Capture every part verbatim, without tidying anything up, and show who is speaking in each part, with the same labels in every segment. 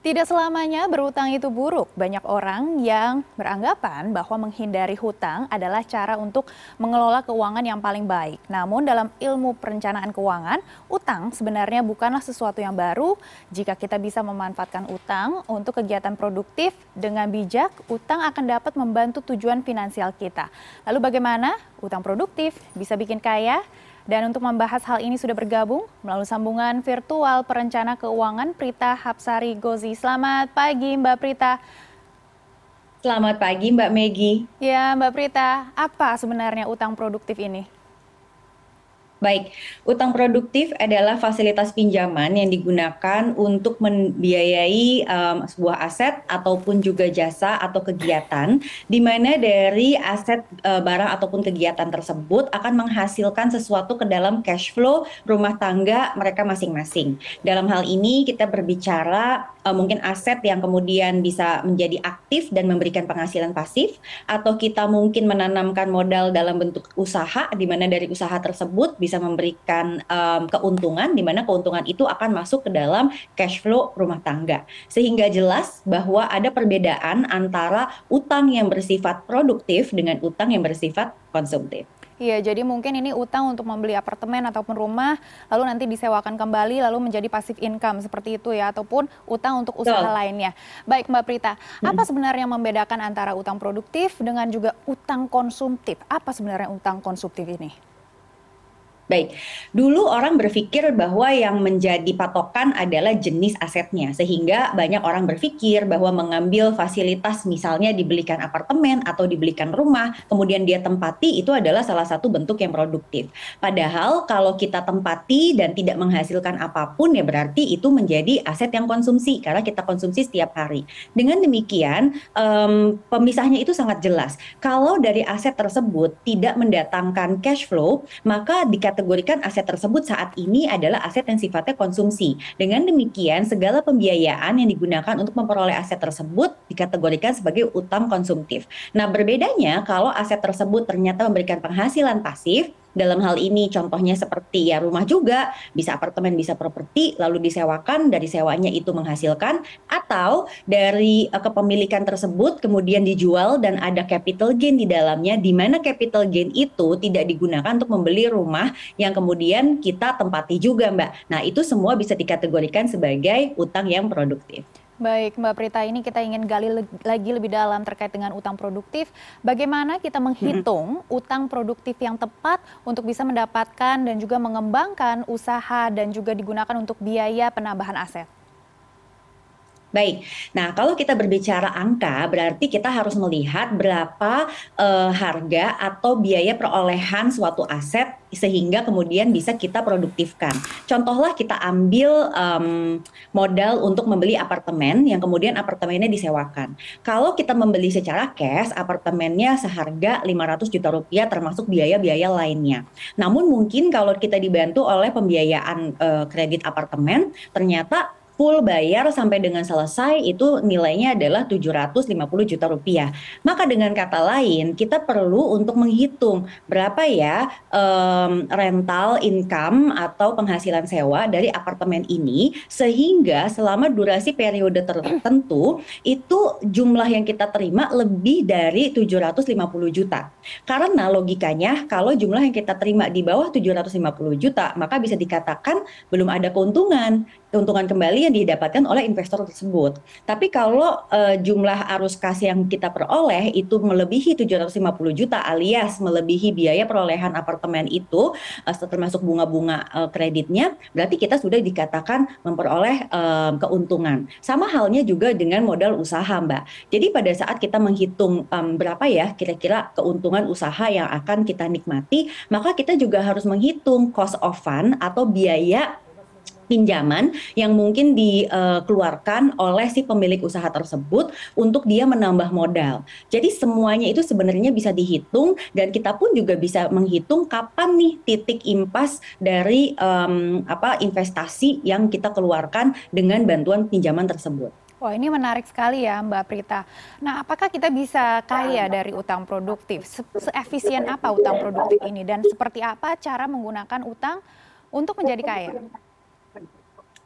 Speaker 1: Tidak selamanya berutang itu buruk. Banyak orang yang beranggapan bahwa menghindari hutang adalah cara untuk mengelola keuangan yang paling baik. Namun dalam ilmu perencanaan keuangan, utang sebenarnya bukanlah sesuatu yang baru. Jika kita bisa memanfaatkan utang untuk kegiatan produktif dengan bijak, utang akan dapat membantu tujuan finansial kita. Lalu bagaimana utang produktif bisa bikin kaya? Dan untuk membahas hal ini sudah bergabung melalui sambungan virtual perencana keuangan Prita Hapsari Gozi. Selamat pagi Mbak Prita.
Speaker 2: Selamat pagi Mbak Megi.
Speaker 1: Ya Mbak Prita, apa sebenarnya utang produktif ini?
Speaker 2: Baik, utang produktif adalah fasilitas pinjaman yang digunakan untuk membiayai um, sebuah aset ataupun juga jasa atau kegiatan, di mana dari aset uh, barang ataupun kegiatan tersebut akan menghasilkan sesuatu ke dalam cash flow rumah tangga mereka masing-masing. Dalam hal ini kita berbicara uh, mungkin aset yang kemudian bisa menjadi aktif dan memberikan penghasilan pasif, atau kita mungkin menanamkan modal dalam bentuk usaha, di mana dari usaha tersebut bisa memberikan um, keuntungan, di mana keuntungan itu akan masuk ke dalam cash flow rumah tangga. Sehingga jelas bahwa ada perbedaan antara utang yang bersifat produktif dengan utang yang bersifat konsumtif.
Speaker 1: Iya, jadi mungkin ini utang untuk membeli apartemen ataupun rumah, lalu nanti disewakan kembali, lalu menjadi passive income seperti itu ya, ataupun utang untuk usaha
Speaker 2: Betul.
Speaker 1: lainnya. Baik Mbak Prita, apa
Speaker 2: Hmm.
Speaker 1: sebenarnya yang membedakan antara utang produktif dengan juga utang konsumtif? Apa sebenarnya utang konsumtif ini?
Speaker 2: Baik, dulu orang berpikir bahwa yang menjadi patokan adalah jenis asetnya, sehingga banyak orang berpikir bahwa mengambil fasilitas misalnya dibelikan apartemen atau dibelikan rumah, kemudian dia tempati itu adalah salah satu bentuk yang produktif. Padahal kalau kita tempati dan tidak menghasilkan apapun ya berarti itu menjadi aset yang konsumsi karena kita konsumsi setiap hari. Dengan demikian, em, pemisahnya itu sangat jelas. Kalau dari aset tersebut tidak mendatangkan cash flow, maka dikatakan kategorikan aset tersebut saat ini adalah aset yang sifatnya konsumsi. Dengan demikian, segala pembiayaan yang digunakan untuk memperoleh aset tersebut dikategorikan sebagai utang konsumtif. Nah, berbedanya kalau aset tersebut ternyata memberikan penghasilan pasif, dalam hal ini contohnya seperti ya rumah juga, bisa apartemen, bisa properti, lalu disewakan, dari sewanya itu menghasilkan, atau dari uh, kepemilikan tersebut kemudian dijual dan ada capital gain di dalamnya, di mana capital gain itu tidak digunakan untuk membeli rumah yang kemudian kita tempati juga, Mbak. Nah, itu semua bisa dikategorikan sebagai utang yang produktif.
Speaker 1: Baik, Mbak Prita, ini kita ingin gali le- lagi lebih dalam terkait dengan utang produktif. Bagaimana kita
Speaker 2: Mm-mm.
Speaker 1: menghitung utang produktif yang tepat untuk bisa mendapatkan dan juga mengembangkan usaha dan juga digunakan untuk biaya penambahan aset?
Speaker 2: Baik, nah kalau kita berbicara angka, berarti kita harus melihat berapa eh, harga atau biaya perolehan suatu aset sehingga kemudian bisa kita produktifkan. Contohlah kita ambil em, modal untuk membeli apartemen yang kemudian apartemennya disewakan. Kalau kita membeli secara cash, apartemennya seharga lima ratus juta rupiah termasuk biaya-biaya lainnya. Namun mungkin kalau kita dibantu oleh pembiayaan eh, kredit apartemen, ternyata full bayar sampai dengan selesai itu nilainya adalah tujuh ratus lima puluh juta rupiah. Maka dengan kata lain, kita perlu untuk menghitung berapa ya em, rental income atau penghasilan sewa dari apartemen ini, sehingga selama durasi periode tertentu itu jumlah yang kita terima lebih dari tujuh ratus lima puluh juta. Karena logikanya kalau jumlah yang kita terima di bawah tujuh ratus lima puluh juta, maka bisa dikatakan belum ada keuntungan keuntungan kembali yang didapatkan oleh investor tersebut. Tapi kalau uh, jumlah arus kas yang kita peroleh itu melebihi tujuh ratus lima puluh juta alias melebihi biaya perolehan apartemen itu uh, termasuk bunga-bunga uh, kreditnya, berarti kita sudah dikatakan memperoleh uh, keuntungan. Sama halnya juga dengan modal usaha, Mbak. Jadi pada saat kita menghitung um, berapa ya kira-kira keuntungan usaha yang akan kita nikmati, maka kita juga harus menghitung cost of fund atau biaya pinjaman yang mungkin dikeluarkan oleh si pemilik usaha tersebut untuk dia menambah modal. Jadi semuanya itu sebenarnya bisa dihitung dan kita pun juga bisa menghitung kapan nih titik impas dari um, apa investasi yang kita keluarkan dengan bantuan pinjaman tersebut.
Speaker 1: Wah, ini menarik sekali ya Mbak Prita. Nah, apakah kita bisa kaya dari utang produktif? Se- Seefisien apa utang produktif ini dan seperti apa cara menggunakan utang untuk menjadi kaya?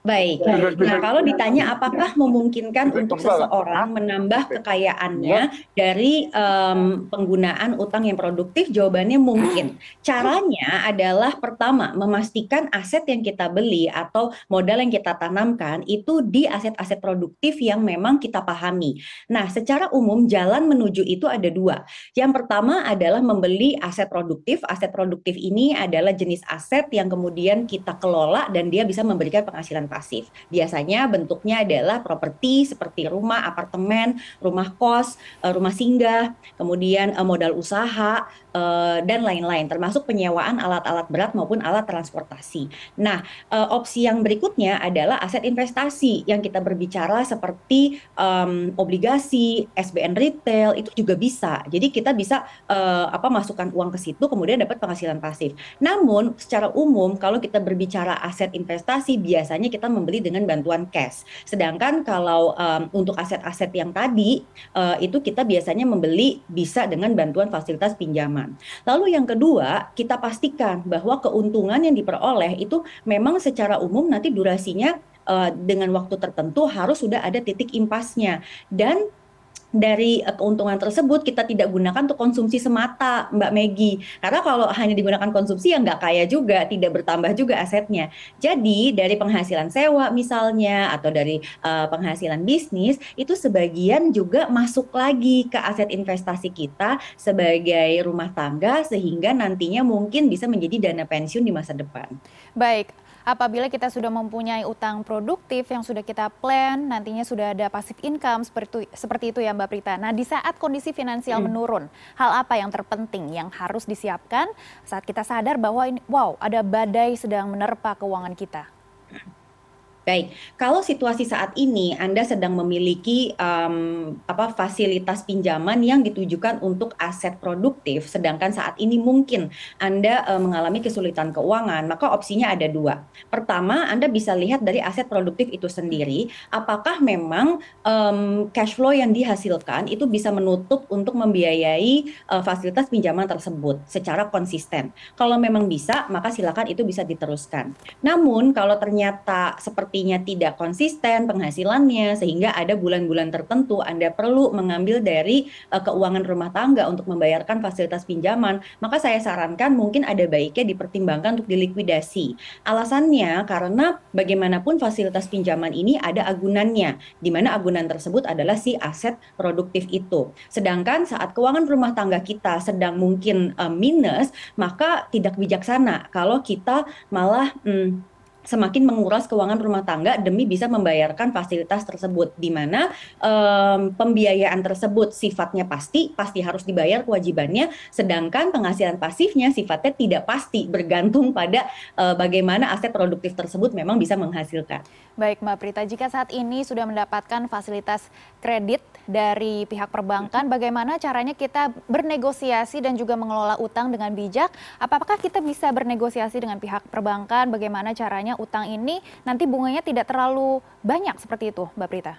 Speaker 2: Baik, nah kalau ditanya apakah memungkinkan untuk seseorang menambah kekayaannya dari um, penggunaan utang yang produktif, jawabannya mungkin. Caranya adalah pertama, memastikan aset yang kita beli atau modal yang kita tanamkan itu di aset-aset produktif yang memang kita pahami. Nah, secara umum jalan menuju itu ada dua. Yang pertama adalah membeli aset produktif. Aset produktif ini adalah jenis aset yang kemudian kita kelola dan dia bisa memberikan penghasilan pasif. Biasanya bentuknya adalah properti seperti rumah, apartemen, rumah kos, rumah singgah, kemudian modal usaha, dan lain-lain, termasuk penyewaan alat-alat berat maupun alat transportasi. Nah, opsi yang berikutnya adalah aset investasi yang kita berbicara seperti um, obligasi, S B N retail, itu juga bisa. Jadi kita bisa uh, apa masukkan uang ke situ, kemudian dapat penghasilan pasif. Namun, secara umum kalau kita berbicara aset investasi, biasanya kita membeli dengan bantuan cash. Sedangkan kalau um, untuk aset-aset yang tadi uh, itu kita biasanya membeli bisa dengan bantuan fasilitas pinjaman. Lalu yang kedua, kita pastikan bahwa keuntungan yang diperoleh itu memang secara umum nanti durasinya uh, dengan waktu tertentu harus sudah ada titik impasnya, dan dari keuntungan tersebut kita tidak gunakan untuk konsumsi semata, Mbak Megi. Karena kalau hanya digunakan konsumsi ya nggak kaya juga, tidak bertambah juga asetnya. Jadi dari penghasilan sewa misalnya atau dari uh, penghasilan bisnis itu sebagian juga masuk lagi ke aset investasi kita sebagai rumah tangga sehingga nantinya mungkin bisa menjadi dana pensiun di masa depan.
Speaker 1: Baik. Apabila kita sudah mempunyai utang produktif yang sudah kita plan, nantinya sudah ada passive income seperti itu, seperti itu ya Mbak Prita. Nah, di saat kondisi finansial hmm. menurun, hal apa yang terpenting yang harus disiapkan saat kita sadar bahwa ini, wow, ada badai sedang menerpa keuangan kita?
Speaker 2: Baik, kalau situasi saat ini Anda sedang memiliki um, apa fasilitas pinjaman yang ditujukan untuk aset produktif, sedangkan saat ini mungkin Anda uh, mengalami kesulitan keuangan, maka opsinya ada dua. Pertama, Anda bisa lihat dari aset produktif itu sendiri, apakah memang um, cash flow yang dihasilkan itu bisa menutup untuk membiayai uh, fasilitas pinjaman tersebut secara konsisten. Kalau memang bisa, maka silakan itu bisa diteruskan. Namun kalau ternyata seperti sepertinya tidak konsisten penghasilannya sehingga ada bulan-bulan tertentu Anda perlu mengambil dari uh, keuangan rumah tangga untuk membayarkan fasilitas pinjaman, maka saya sarankan mungkin ada baiknya dipertimbangkan untuk dilikuidasi. Alasannya karena bagaimanapun fasilitas pinjaman ini ada agunannya, di mana agunan tersebut adalah si aset produktif itu. Sedangkan saat keuangan rumah tangga kita sedang mungkin uh, minus, maka tidak bijaksana kalau kita malah hmm, semakin menguras keuangan rumah tangga demi bisa membayarkan fasilitas tersebut, di mana um, pembiayaan tersebut sifatnya pasti, pasti harus dibayar kewajibannya, sedangkan penghasilan pasifnya sifatnya tidak pasti, bergantung pada uh, bagaimana aset produktif tersebut memang bisa menghasilkan.
Speaker 1: Baik Mbak Prita, jika saat ini sudah mendapatkan fasilitas kredit dari pihak perbankan, bagaimana caranya kita bernegosiasi dan juga mengelola utang dengan bijak? Apakah kita bisa bernegosiasi dengan pihak perbankan? Bagaimana caranya utang ini nanti bunganya tidak terlalu banyak seperti itu, Mbak Prita?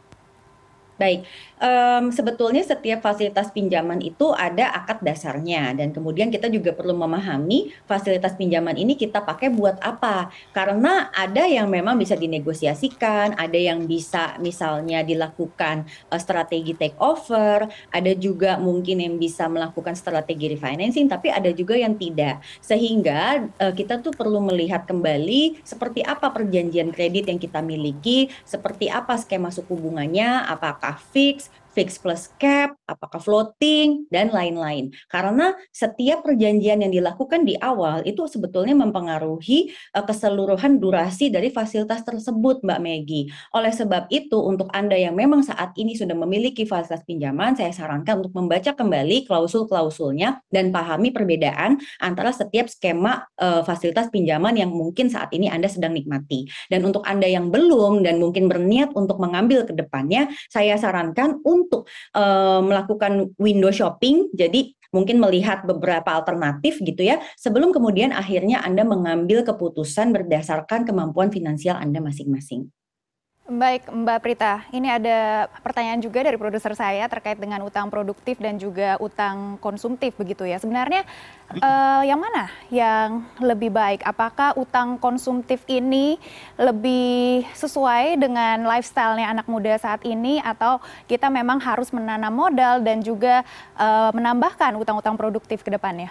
Speaker 2: Baik, um, sebetulnya setiap fasilitas pinjaman itu ada akad dasarnya dan kemudian kita juga perlu memahami fasilitas pinjaman ini kita pakai buat apa. Karena ada yang memang bisa dinegosiasikan, ada yang bisa misalnya dilakukan uh, strategi take over, ada juga mungkin yang bisa melakukan strategi refinancing, tapi ada juga yang tidak. Sehingga uh, kita tuh perlu melihat kembali seperti apa perjanjian kredit yang kita miliki, seperti apa skema suku bunganya, apakah fix, fix plus cap, apakah floating, dan lain-lain. Karena setiap perjanjian yang dilakukan di awal itu sebetulnya mempengaruhi uh, keseluruhan durasi dari fasilitas tersebut, Mbak Megi. Oleh sebab itu, untuk Anda yang memang saat ini sudah memiliki fasilitas pinjaman, saya sarankan untuk membaca kembali klausul-klausulnya dan pahami perbedaan antara setiap skema uh, fasilitas pinjaman yang mungkin saat ini Anda sedang nikmati. Dan untuk Anda yang belum dan mungkin berniat untuk mengambil ke depannya, saya sarankan untuk untuk uh, melakukan window shopping, jadi mungkin melihat beberapa alternatif gitu ya, sebelum kemudian akhirnya Anda mengambil keputusan berdasarkan kemampuan finansial Anda masing-masing.
Speaker 1: Baik, Mbak Prita, ini ada pertanyaan juga dari produser saya terkait dengan utang produktif dan juga utang konsumtif begitu ya. Sebenarnya eh, yang mana yang lebih baik? Apakah utang konsumtif ini lebih sesuai dengan lifestyle-nya anak muda saat ini atau kita memang harus menanam modal dan juga eh, menambahkan utang-utang produktif ke depannya?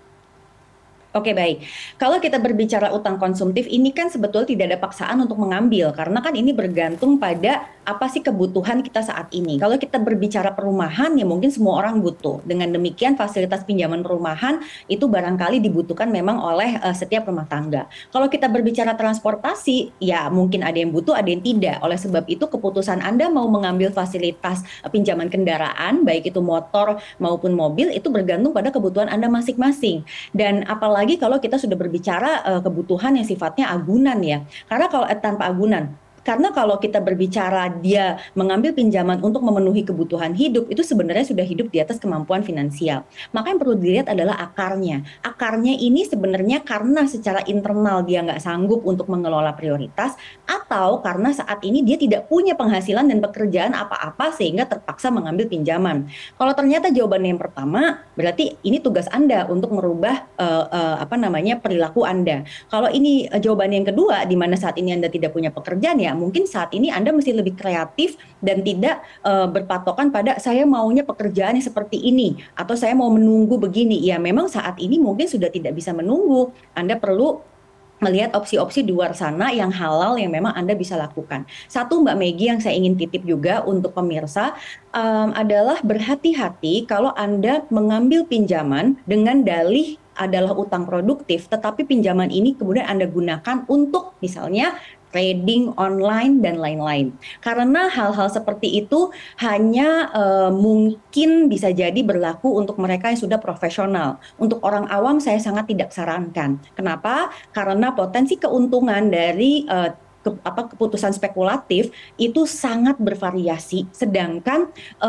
Speaker 2: Oke, baik. Kalau kita berbicara utang konsumtif, ini kan sebetulnya tidak ada paksaan untuk mengambil, karena kan ini bergantung pada apa sih kebutuhan kita saat ini. Kalau kita berbicara perumahan, ya mungkin semua orang butuh. Dengan demikian, fasilitas pinjaman perumahan itu barangkali dibutuhkan memang oleh uh, setiap rumah tangga. Kalau kita berbicara transportasi, ya mungkin ada yang butuh, ada yang tidak. Oleh sebab itu, keputusan Anda mau mengambil fasilitas uh, pinjaman kendaraan, baik itu motor maupun mobil, itu bergantung pada kebutuhan Anda masing-masing. Dan apalagi Apalagi kalau kita sudah berbicara uh, kebutuhan yang sifatnya agunan ya. Karena kalau eh, tanpa agunan, karena kalau kita berbicara dia mengambil pinjaman untuk memenuhi kebutuhan hidup, itu sebenarnya sudah hidup di atas kemampuan finansial. Maka yang perlu dilihat adalah akarnya. Akarnya ini sebenarnya karena secara internal dia nggak sanggup untuk mengelola prioritas, atau karena saat ini dia tidak punya penghasilan dan pekerjaan apa-apa sehingga terpaksa mengambil pinjaman. Kalau ternyata jawabannya yang pertama, berarti ini tugas Anda untuk merubah uh, uh, apa namanya perilaku Anda. Kalau ini uh, jawaban yang kedua, di mana saat ini Anda tidak punya pekerjaan, ya mungkin saat ini Anda mesti lebih kreatif dan tidak uh, berpatokan pada saya maunya pekerjaannya seperti ini atau saya mau menunggu begini. Ya memang saat ini mungkin sudah tidak bisa menunggu. Anda perlu melihat opsi-opsi di luar sana yang halal yang memang Anda bisa lakukan. Satu, Mbak Megi, yang saya ingin titip juga untuk pemirsa um, adalah berhati-hati kalau Anda mengambil pinjaman dengan dalih adalah utang produktif, tetapi pinjaman ini kemudian Anda gunakan untuk misalnya trading online dan lain-lain. Karena hal-hal seperti itu hanya uh, mungkin bisa jadi berlaku untuk mereka yang sudah profesional. Untuk orang awam saya sangat tidak sarankan. Kenapa? Karena potensi keuntungan dari uh, Ke, apa, keputusan spekulatif itu sangat bervariasi, sedangkan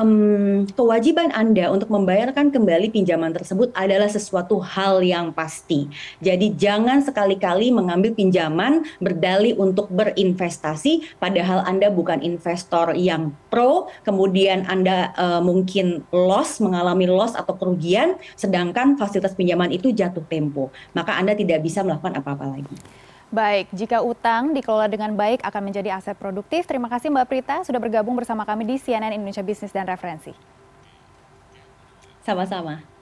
Speaker 2: um, kewajiban Anda untuk membayarkan kembali pinjaman tersebut adalah sesuatu hal yang pasti. Jadi jangan sekali-kali mengambil pinjaman berdalih untuk berinvestasi, padahal Anda bukan investor yang pro, kemudian Anda uh, mungkin loss, mengalami loss atau kerugian, sedangkan fasilitas pinjaman itu jatuh tempo. Maka Anda tidak bisa melakukan apa-apa lagi.
Speaker 1: Baik, jika utang dikelola dengan baik akan menjadi aset produktif. Terima kasih Mbak Prita sudah bergabung bersama kami di C N N Indonesia Bisnis dan Referensi.
Speaker 2: Sama-sama.